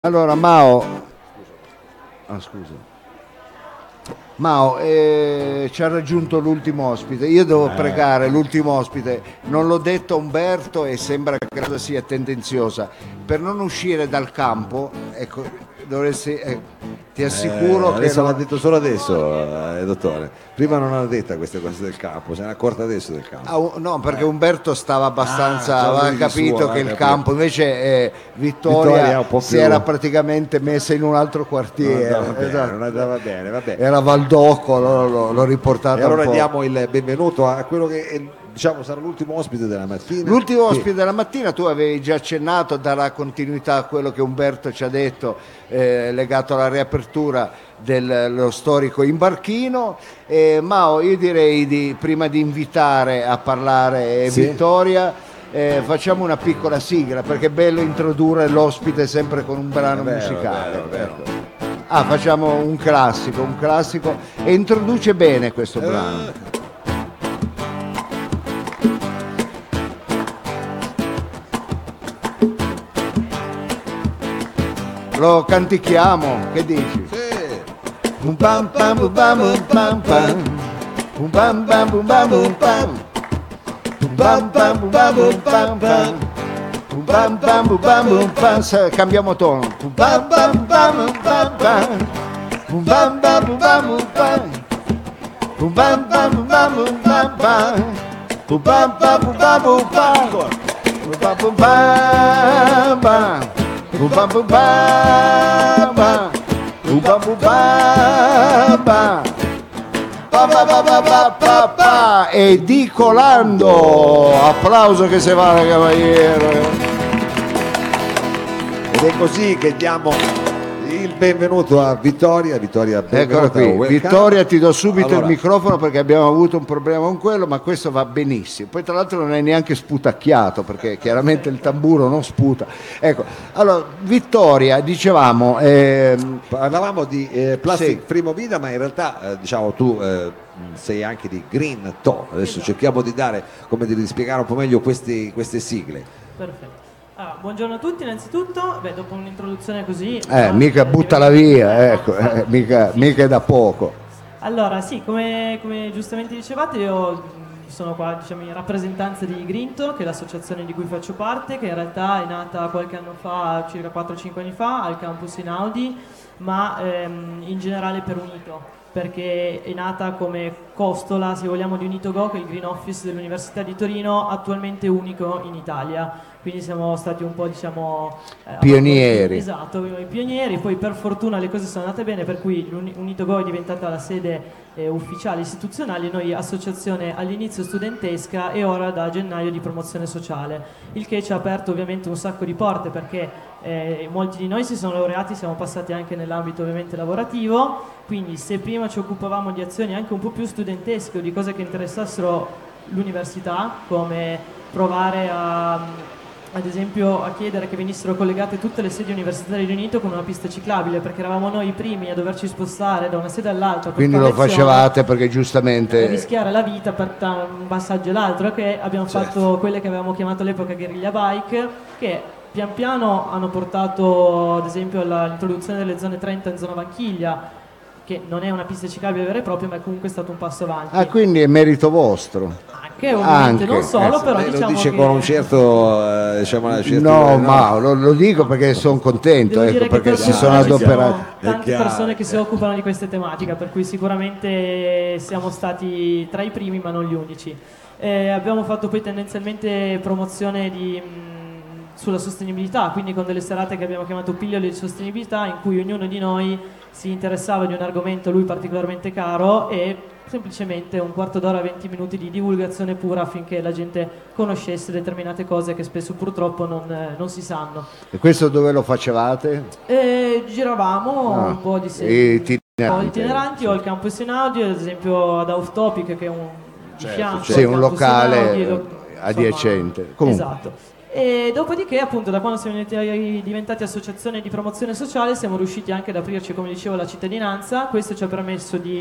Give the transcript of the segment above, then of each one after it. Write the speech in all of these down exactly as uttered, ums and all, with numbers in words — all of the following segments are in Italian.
Allora, Mao, ah, scusa. Mao, eh, ci ha raggiunto l'ultimo ospite. Io devo Eh. pregare l'ultimo ospite. Non l'ho detto a Umberto e sembra che la cosa sia tendenziosa. Per non uscire dal campo, ecco, dovresti, eh, ti assicuro Eh, che adesso non- l'ha detto solo adesso, eh, dottore. Prima non l'ha detta queste cose del campo, se n'è accorta adesso del campo. Ah, u- no, perché Umberto stava abbastanza, Ah, già aveva lui di capito suo, che eh, il capito. campo, invece eh, Vittoria, Vittoria è un po' si più- era praticamente messa in un altro Non quartiere. andava bene, Esatto. non andava bene, vabbè. Era Valdocco, l'ho, l'ho- l'ho riportata E allora un po'. diamo il benvenuto a quello che è, diciamo, sarà l'ultimo ospite della mattina. L'ultimo Sì. ospite della mattina, tu avevi già accennato, darà continuità a quello che Umberto ci ha detto, eh, legato alla riapertura dello storico imbarchino. Eh, Mao, io direi di, prima di invitare a parlare Sì. Vittoria, eh, facciamo una piccola sigla, perché è bello introdurre l'ospite sempre con un brano È vero, musicale. è vero, è vero. Ecco. Ah, facciamo un classico, un classico, e introduce bene questo brano. Eh, Lo cantichiamo, che dici? sì. Bum pam pam bum pam bum pam pam. Bum pam pam bum pam bum pam. Bum pam pam bum pam bum pam pam. Bum pam pam bum pam bum pam. Sa- Cambiamo tono. Bum pam pam pam bum pam pam. Bum pam pam bum pam bum pam. Bum pam pam bum pam bum pam pam. Bum pam pam bum pam bum pam. Bum pam bum pam pam. Bum pam bum pam pam. Bum pam bum pam pam. Pa, pa, pa, pa, pa, pa, pa. E di Colando, applauso che se vale cavaliere. Ed è così che diamo il benvenuto a Vittoria. Vittoria, Eccola benvenuta, qui, welcome. Vittoria, ti do subito Allora, il microfono perché abbiamo avuto un problema con quello, ma questo va benissimo. Poi tra l'altro non è neanche sputacchiato perché chiaramente il tamburo non sputa. Ecco, allora Vittoria, dicevamo, ehm, Parlavamo di eh, Plastic Sì. Free Movida, ma in realtà eh, diciamo tu eh, sei anche di Green Toe. Adesso cerchiamo di dare, come dire, di spiegare un po' meglio questi- queste sigle. Perfetto. Allora, buongiorno a tutti innanzitutto. Beh, dopo un'introduzione così... eh, no, mica eh, buttala diventa- via, eh, no, ecco, infatti. eh, mica, Sì. mica è da poco. Allora, sì, come, come giustamente dicevate, io mh, sono qua, diciamo, in rappresentanza di Grinto, che è l'associazione di cui faccio parte, che in realtà è nata qualche anno fa, circa quattro cinque anni fa, al campus in Audi, ma ehm, in generale per Unito, perché è nata come costola, se vogliamo, di UnitoGo, che è il Green Office dell'Università di Torino, attualmente unico in Italia. Quindi siamo stati un po', diciamo... eh, Pionieri. Esatto, i pionieri. Poi per fortuna le cose sono andate bene, per cui l'Uni- UnitoGo è diventata la sede eh, ufficiale istituzionale, noi associazione all'inizio studentesca e ora da gennaio di promozione sociale, il che ci ha aperto ovviamente un sacco di porte, perché eh, molti di noi si sono laureati, siamo passati anche nell'ambito ovviamente lavorativo, quindi se prima ci occupavamo di azioni anche un po' più studentesche o di cose che interessassero l'università, come provare a... ad esempio a chiedere che venissero collegate tutte le sedi universitarie di Unito con una pista ciclabile, perché eravamo noi i primi a doverci spostare da una sede all'altra per Quindi fare lo lezione facevate perché e giustamente... rischiare la vita per ta- un passaggio e l'altro, che abbiamo Certo. fatto quelle che avevamo chiamato all'epoca guerriglia bike, che pian piano hanno portato ad esempio all'introduzione delle zone trenta in zona Vanchiglia, che non è una pista ciclabile vera e propria, ma è comunque stato un passo avanti. Ah, quindi è merito vostro. Anche ovviamente, Anche, non solo, eh, però Lei diciamo lo dice che... con un certo, eh, diciamo, una certa- No, ma lo, lo dico perché sono contento, Devo ecco, dire che perché per si fortuna sono ci sono adoperati. tante È chiaro, persone che si eh. occupano di queste tematiche, per cui sicuramente siamo stati tra i primi ma non gli unici. Eh, abbiamo fatto poi tendenzialmente promozione di, mh, sulla sostenibilità, quindi con delle serate che abbiamo chiamato pillole di sostenibilità, in cui ognuno di noi si interessava di un argomento a lui particolarmente caro, e semplicemente un quarto d'ora, venti minuti di divulgazione pura affinché la gente conoscesse determinate cose che spesso purtroppo non, eh, non si sanno. E questo dove lo facevate? E giravamo Ah, un po' di sedi, itinerante. un po' itineranti, o al campus in audio, ad esempio ad Off Topic, che è un di fianco Sì, al un campus locale in audio, lo- eh, adiacente. Comunque. Esatto. E dopodiché, appunto, da quando siamo diventati, diventati associazione di promozione sociale, siamo riusciti anche ad aprirci, come dicevo, alla cittadinanza. Questo ci ha permesso di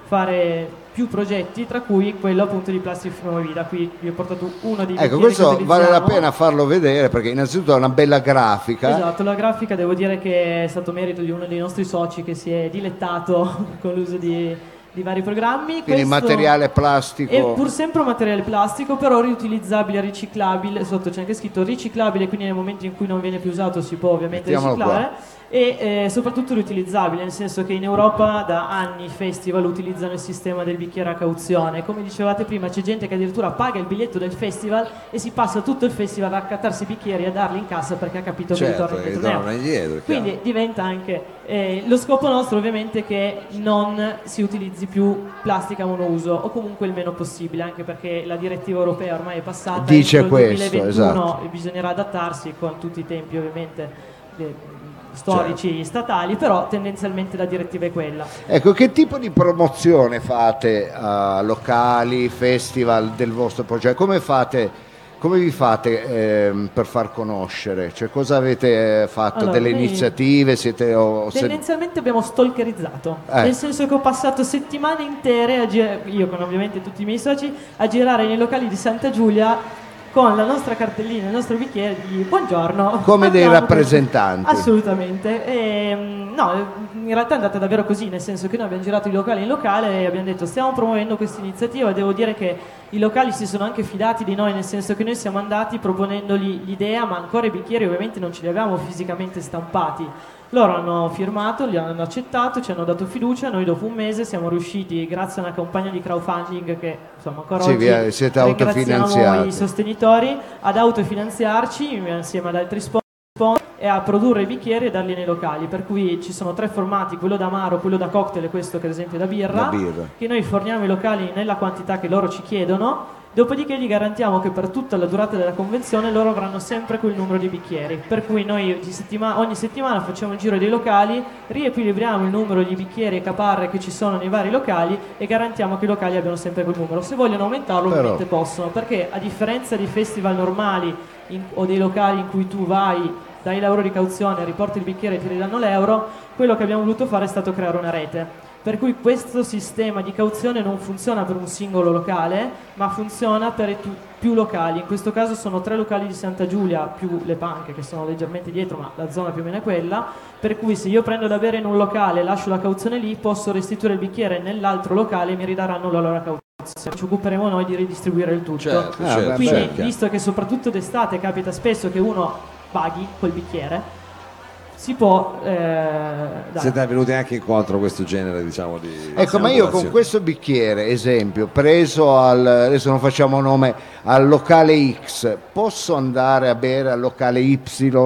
fare più progetti, tra cui quello appunto di Plastic From Vita. Qui vi ho portato uno dei Ecco, bicchieri questo che vale la utilizziamo. pena farlo vedere perché innanzitutto è una bella grafica. Esatto, la grafica devo dire che è stato merito di uno dei nostri soci che si è dilettato con l'uso di, di vari programmi. Quindi Questo materiale plastico. è pur sempre un materiale plastico, però riutilizzabile, riciclabile, sotto c'è anche scritto riciclabile, quindi nel momento in cui non viene più usato si può ovviamente Mettiamolo riciclare. E eh, soprattutto riutilizzabile, nel senso che in Europa da anni i festival utilizzano il sistema del bicchiere a cauzione. Come dicevate prima, c'è gente che addirittura paga il biglietto del festival e si passa tutto il festival a accattarsi i bicchieri e a darli in cassa perché ha capito Certo, che che ritorna indietro. ritornano indietro, è Quindi chiaro. diventa anche eh, lo scopo nostro ovviamente è che non si utilizzi più plastica monouso o comunque il meno possibile, anche perché la direttiva europea ormai è passata, Dice entro il questo, duemilaventuno esatto. e bisognerà adattarsi con tutti i tempi ovviamente eh, storici statali, però tendenzialmente la direttiva è quella. Ecco, che tipo di promozione fate a locali, festival del vostro progetto? Come fate, come vi fate ehm, per far conoscere? Cioè, cosa avete eh, fatto? Allora, Delle noi iniziative? Siete, o, se- Tendenzialmente abbiamo stalkerizzato, Eh. nel senso che ho passato settimane intere, a gi- io con ovviamente tutti i miei soci, a girare nei locali di Santa Giulia con la nostra cartellina, il nostro bicchiere di buongiorno. Come dei Andiamo per- rappresentanti. Assolutamente. Ehm, no, in realtà è andata davvero così, nel senso che noi abbiamo girato i locali in locale e abbiamo detto stiamo promuovendo questa iniziativa. Devo dire che i locali si sono anche fidati di noi, nel senso che noi siamo andati proponendogli l'idea, ma ancora i bicchieri ovviamente non ce li avevamo fisicamente stampati. Loro hanno firmato, li hanno accettato, ci hanno dato fiducia. Noi dopo un mese siamo riusciti, grazie a una campagna di crowdfunding che insomma ancora Sì, oggi vi- siete ringraziamo autofinanziati. i sostenitori, ad autofinanziarci insieme ad altri sponsor e a produrre i bicchieri e darli nei locali, per cui ci sono tre formati, quello da amaro, quello da cocktail e questo che ad esempio da birra, Da birra. che noi forniamo ai locali nella quantità che loro ci chiedono. Dopodiché gli garantiamo che per tutta la durata della convenzione loro avranno sempre quel numero di bicchieri, per cui noi di settima- ogni settimana facciamo il giro dei locali, riequilibriamo il numero di bicchieri e caparre che ci sono nei vari locali e garantiamo che i locali abbiano sempre quel numero. Se vogliono aumentarlo Però- ovviamente possono, perché a differenza di festival normali in- o dei locali in cui tu vai, dai l'euro di cauzione, riporti il bicchiere e ti ridanno l'euro, quello che abbiamo voluto fare è stato creare una rete. Per cui questo sistema di cauzione non funziona per un singolo locale, ma funziona per i tu- più locali. In questo caso sono tre locali di Santa Giulia, più le panche che sono leggermente dietro, ma la zona più o meno è quella. Per cui se io prendo da bere in un locale e lascio la cauzione lì, posso restituire il bicchiere nell'altro locale e mi ridaranno la loro cauzione. Ci occuperemo noi di ridistribuire il tutto. Certo, Ah, certo, beh, Quindi, certo. visto che soprattutto d'estate capita spesso che uno paghi quel bicchiere, si può eh, dare. Siete venuti anche incontro a questo genere, diciamo, di Ecco, ma io con situazioni. questo bicchiere, esempio, preso al, adesso non facciamo nome, al locale X, posso andare a bere al locale Y,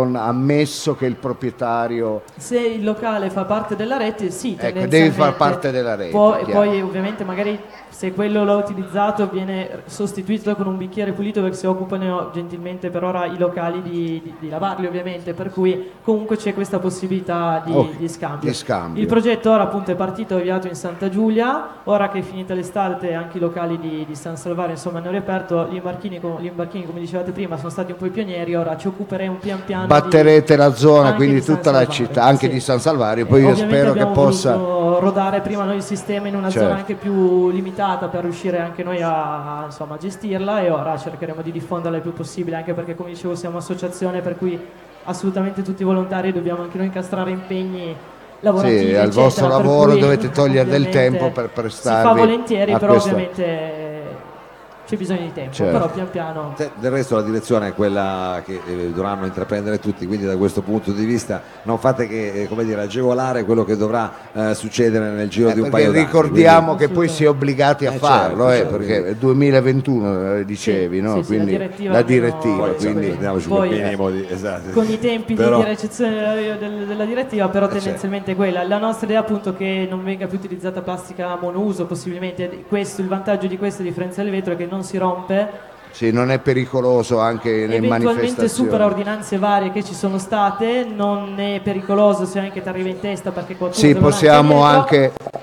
ammesso che il proprietario... Se il locale fa parte della rete, sì, Ecco, devi tendenzialmente far parte della rete, può- e chiaro. poi ovviamente magari se quello l'ho utilizzato viene sostituito con un bicchiere pulito, perché si occupano gentilmente per ora i locali di, di- di lavarli ovviamente, per cui comunque c'è questa possibilità di, Ok, di scambio. di scambio. Il progetto ora appunto è partito, è avviato in Santa Giulia, ora che è finita l'estate anche i locali di, di San Salvario insomma hanno riaperto, gli imbarchini, com- gli imbarchini come dicevate prima sono stati un po' i pionieri, ora ci occuperemo pian piano di- Batterete la zona, anche quindi di San tutta la Salvario, città, anche sì. di San Salvario, Eh, poi io ovviamente spero che abbiamo possa... voluto rodare prima noi il sistema in una Certo. zona anche più limitata per riuscire anche noi a, a, insomma, a gestirla, e ora cercheremo di diffonderla il più possibile, anche perché come dicevo siamo associazione, per cui assolutamente tutti i volontari dobbiamo anche noi incastrare impegni lavorativi, Sì, al eccetera, vostro per lavoro cui, dovete togliere del ovviamente, tempo per si fa prestarvi volentieri, a però questa- ovviamente c'è bisogno di tempo, Certo. però pian piano Te- Del resto la direzione è quella che eh, dovranno intraprendere tutti, quindi da questo punto di vista non fate che eh, come dire, agevolare quello che dovrà eh, succedere nel giro Eh, di un perché paio d'anni. ricordiamo quindi- che poi si è obbligati a Eh, farlo, certo, eh, certo, perché quindi- è duemilaventuno eh, dicevi, Sì, no? sì, sì, Quindi la direttiva la almeno- direttiva, Poi, Sì, quindi- sì. prendiamoci Poi, un minimo di esatto. con i tempi Però- di ricezione della, del- della direttiva, però Eh, tendenzialmente è quella. La nostra idea appunto è che non venga più utilizzata plastica monouso, possibilmente. Questo, il vantaggio di questo differenziale vetro è che non si rompe, sì, non è pericoloso anche nelle eventualmente manifestazioni. supera ordinanze varie che ci sono state, non è pericoloso se anche ti arriva in testa perché qualcuno Sì, te lo lancia possiamo dietro. anche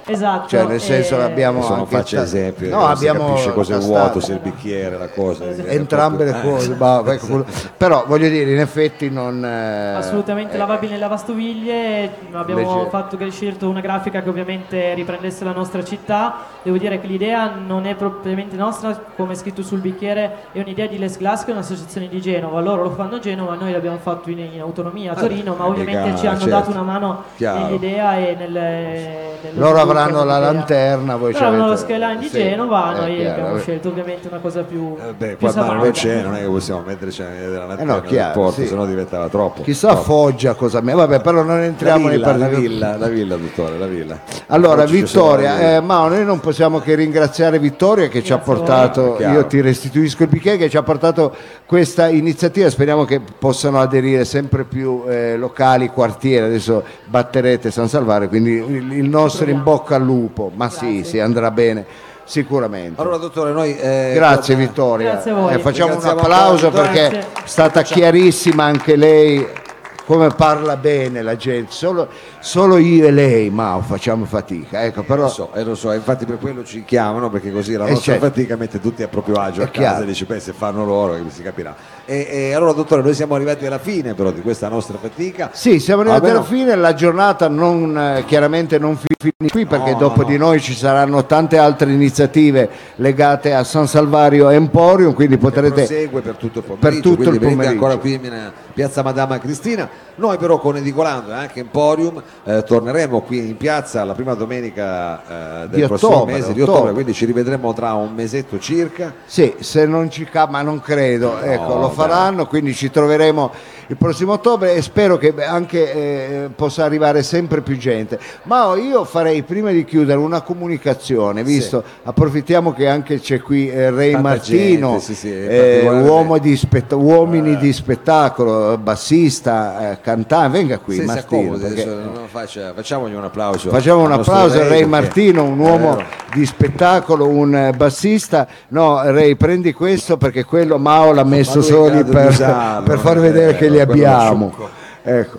Esatto. Cioè nel senso e- abbiamo Adesso non anche faccia ta- esempi, no, non abbiamo si capisce cosa è tastato. vuoto, se il bicchiere, la cosa. Entrambe le Eh. cose, ma, ecco, quello- però voglio dire, in effetti non... eh, Assolutamente eh, lavabili nelle lavastoviglie, abbiamo Invece- fatto che scelto una grafica che ovviamente riprendesse la nostra città. Devo dire che l'idea non è propriamente nostra, come è scritto sul bicchiere, è un'idea di Les Glass, che è un'associazione di Genova. Loro lo fanno a Genova, noi l'abbiamo fatto in, in autonomia a Torino, ma ovviamente mica- ci hanno certo, dato una mano chiaro. nell'idea e nel, nello Loro sviluppo avranno la dell'idea. lanterna, voi Loro avranno c'avete- lo skyline di sì, Genova, è noi chiaro. abbiamo scelto ovviamente una cosa più, Eh beh, più qua al mare non sabauda. c'è, non è che possiamo metterci della lanterna no, del chiaro, porto, sì. sennò diventava troppo. Chissà troppo. Foggia cosa me. Vabbè, però non La entriamo nei villa, la particolari. villa, la villa, dottore, la villa. Allora, Oggi ci sono Vittoria, le- eh, ma noi non possiamo che ringraziare Vittoria che ci ha Grazie a voi. portato, Chiaro. io ti restituisco il bicchiere, che ci ha portato questa iniziativa. Speriamo che possano aderire sempre più eh, locali, quartieri. Adesso batterete San Salvario, quindi il, il nostro in bocca al lupo. Ma sì, Grazie. sì, andrà bene, sicuramente. Allora, dottore, noi... eh, Grazie con- Vittoria. Grazie a voi. Eh, facciamo un Ringraziamo applauso ancora perché Vittoria. è stata chiarissima anche lei, come parla bene la gente. Solo, solo io e lei, Mao, facciamo fatica. Ecco, però Lo so, eh, lo so, infatti per quello ci chiamano, perché così la Eh, nostra certo. fatica mette tutti a proprio agio È a casa chiaro. e dice, beh, se fanno loro che si capirà. E, e allora, dottore, noi siamo arrivati alla fine però di questa nostra fatica. sì, siamo arrivati Almeno- alla fine, la giornata non, eh, chiaramente non fi- finisce qui, perché No, dopo no, di no. noi ci saranno tante altre iniziative legate a San Salvario Emporium, quindi potrete... prosegue per tutto il pomeriggio, per tutto quindi il venite pomeriggio. ancora qui in piazza Madama Cristina. Noi però con Edicolando e anche Emporium eh, torneremo qui in piazza la prima domenica eh, del Di prossimo ottobre, mese di ottobre. ottobre, quindi ci rivedremo tra un mesetto circa. Sì, se non ci ca- ma non credo, ecco, lo faranno, quindi ci troveremo il prossimo ottobre e spero che anche eh, possa arrivare sempre più gente. Ma io farei, prima di chiudere, una comunicazione, visto, approfittiamo che anche c'è qui eh, Ray Tanta Martino, gente, sì, sì, in eh, particolare- uomo di spett- uomini di spettacolo, bassista, eh, cantante, venga qui Sì, si Martino. accomodi, perché- adesso non faccia- facciamogli un applauso. Facciamo un al nostro applauso a Ray perché- Martino, un è uomo vero. di spettacolo, un eh, bassista. No, Ray, prendi questo perché quello Mao l'ha messo lui è in soli grado di per, usarlo, per far non è vedere vero, che li quello lo abbiamo. Ecco.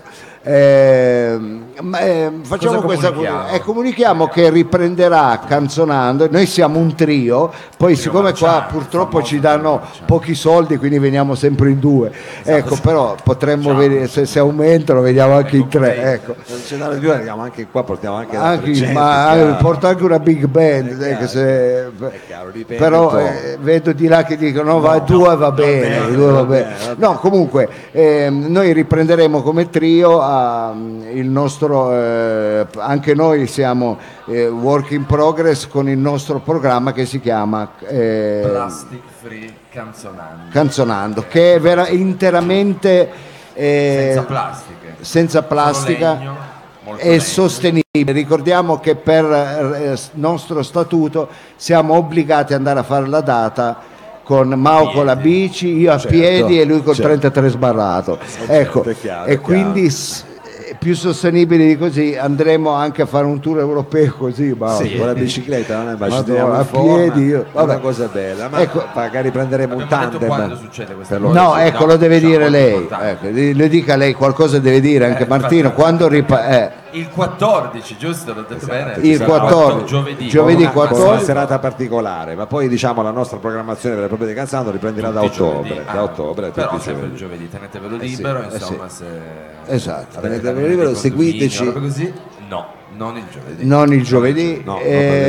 Ehm, ma, ehm, facciamo Cosa questa comunichiamo? eh, comunichiamo che riprenderà Canzonando. Noi siamo un trio, poi siccome qua Marciano, purtroppo famoso ci danno trio Marciano. pochi soldi, quindi veniamo sempre in due. Ecco, però potremmo Ciao. vedere se, se aumentano, vediamo anche in tre. Ecco, Ecco. Non c'è da più, arriviamo anche qua, portiamo anche, Anche, altra gente, ma chiaro. eh, porta anche una big band, È eh, che chiaro, se- è chiaro, dipende un però po'. eh, vedo di là che dicono no, va No, due no, va bene, bene, due va va bene. bene, va No, comunque ehm, noi riprenderemo come trio ah, il nostro eh, anche noi siamo eh, work in progress con il nostro programma che si chiama eh, Plastic Free Canzonando. Canzonando, che è vera- interamente eh, Senza plastiche. senza Solo plastica legno, molto e legno. sostenibile. Ricordiamo che per eh, nostro statuto siamo obbligati ad andare a fare la data con Mao con la bici, io a Certo, piedi e lui col certo. trentatré sbarrato. Ecco, è chiaro, e è quindi s- più sostenibili di così andremo anche a fare un tour europeo così, Mao. Sì, con la bicicletta, non è ma ci Madonna, tiriamo in a forma, piedi, io- è vabbè. una cosa bella, ma Ecco. magari prenderemo un Abbiamo detto quando tandem. succede questa per cosa? loro. No, ecco, No, lo deve diciamo dire molto lei. importante. Ecco, le le dica lei, qualcosa deve dire anche Eh, Martino. infatti- Quando ripa- eh, Il quattordici, giusto? L'ho detto bene? Il Esatto. quattordici. Giovedì. Giovedì Una- con una quattordici. serata particolare, ma poi diciamo la nostra programmazione per le proprie di Canzano riprenderà da Tutti i ottobre, giovedì. da Ah, ottobre, però tutti i sempre il giovedì. giovedì, tenetevelo Eh sì, libero, eh insomma, se Esatto. avete Tenetevelo dei libero, condivini, seguiteci. robe così, no, non il giovedì. non il giovedì, No, non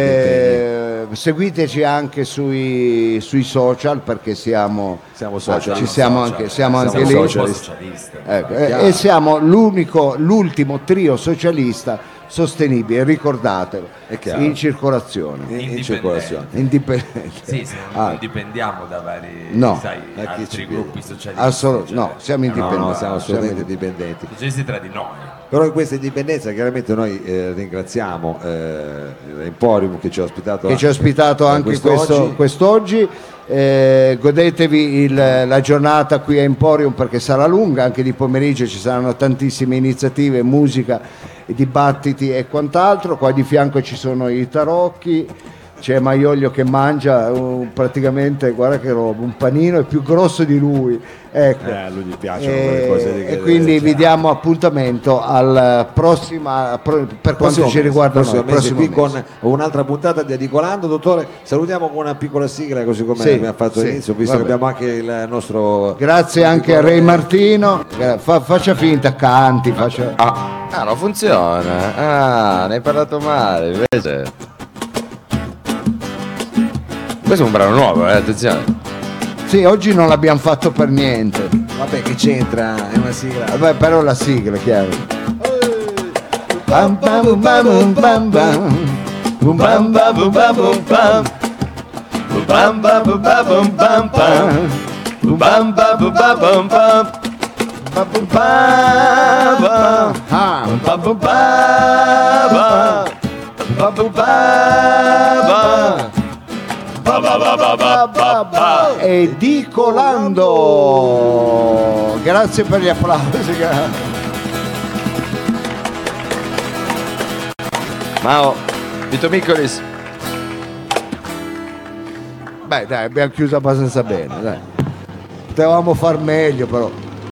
eh, seguiteci anche sui, sui social perché siamo, Siamo social. ci siamo social, anche, siamo siamo anche Siamo lì. un po' socialisti. socialisti. Ecco, È eh, chiaro. e siamo l'unico, l'ultimo trio socialista sostenibile, ricordatelo, È chiaro. in circolazione, in, in Indipendente. circolazione. indipendente. Sì, se non, Ah, non dipendiamo da vari No. sai, Da chi ci altri vede. gruppi socialisti. assolut- cioè, no, siamo no, indipendenti. No, no, siamo assolutamente Siamo indipendenti. socialisti tra di noi. Però in questa indipendenza chiaramente noi eh, ringraziamo eh, l'Emporium che ci ha ospitato, che ci ha ospitato eh, anche quest'oggi. questo, quest'oggi. Eh, godetevi il- la giornata qui a Emporium perché sarà lunga, anche di pomeriggio ci saranno tantissime iniziative, musica, dibattiti e quant'altro. Qua di fianco ci sono i tarocchi, c'è Maiolio che mangia uh, praticamente, guarda che roba, un panino è più grosso di lui, ecco. Eh, a lui gli piacciono e, quelle cose lì e che- quindi cioè, vi diamo appuntamento al prossima pro- per quanto prossimo ci mese, riguarda noi, prossimo mese prossimo qui mese. con un'altra puntata di Edicolando. Dottore, salutiamo con una piccola sigla così come Sì, abbiamo fatto sì, all'inizio, visto vabbè. che abbiamo anche il nostro Grazie anche a Ray Martino. Gra- fa- faccia finta, canti, faccia... Ah, non funziona. Ah, ne hai parlato male, invece. Questo è un brano nuovo, eh, attenzione. Sì, oggi non l'abbiamo fatto per niente. vabbè, che c'entra, è una sigla. Vabbè, però la sigla, chiaro. Bam bam bam bam bam. Bum bam bam bum bam bum bam. Bum bam bam bum bam bum bam bam. Bum bam bam bum bam bum bam. Bam bum bam bam. Ah, bam bum bam bam. Bam bum bam bam. Edicolando. Grazie per gli applausi. Mao, Vito Miccolis. Beh dai, abbiamo chiuso abbastanza bene, dai. Potevamo far meglio però.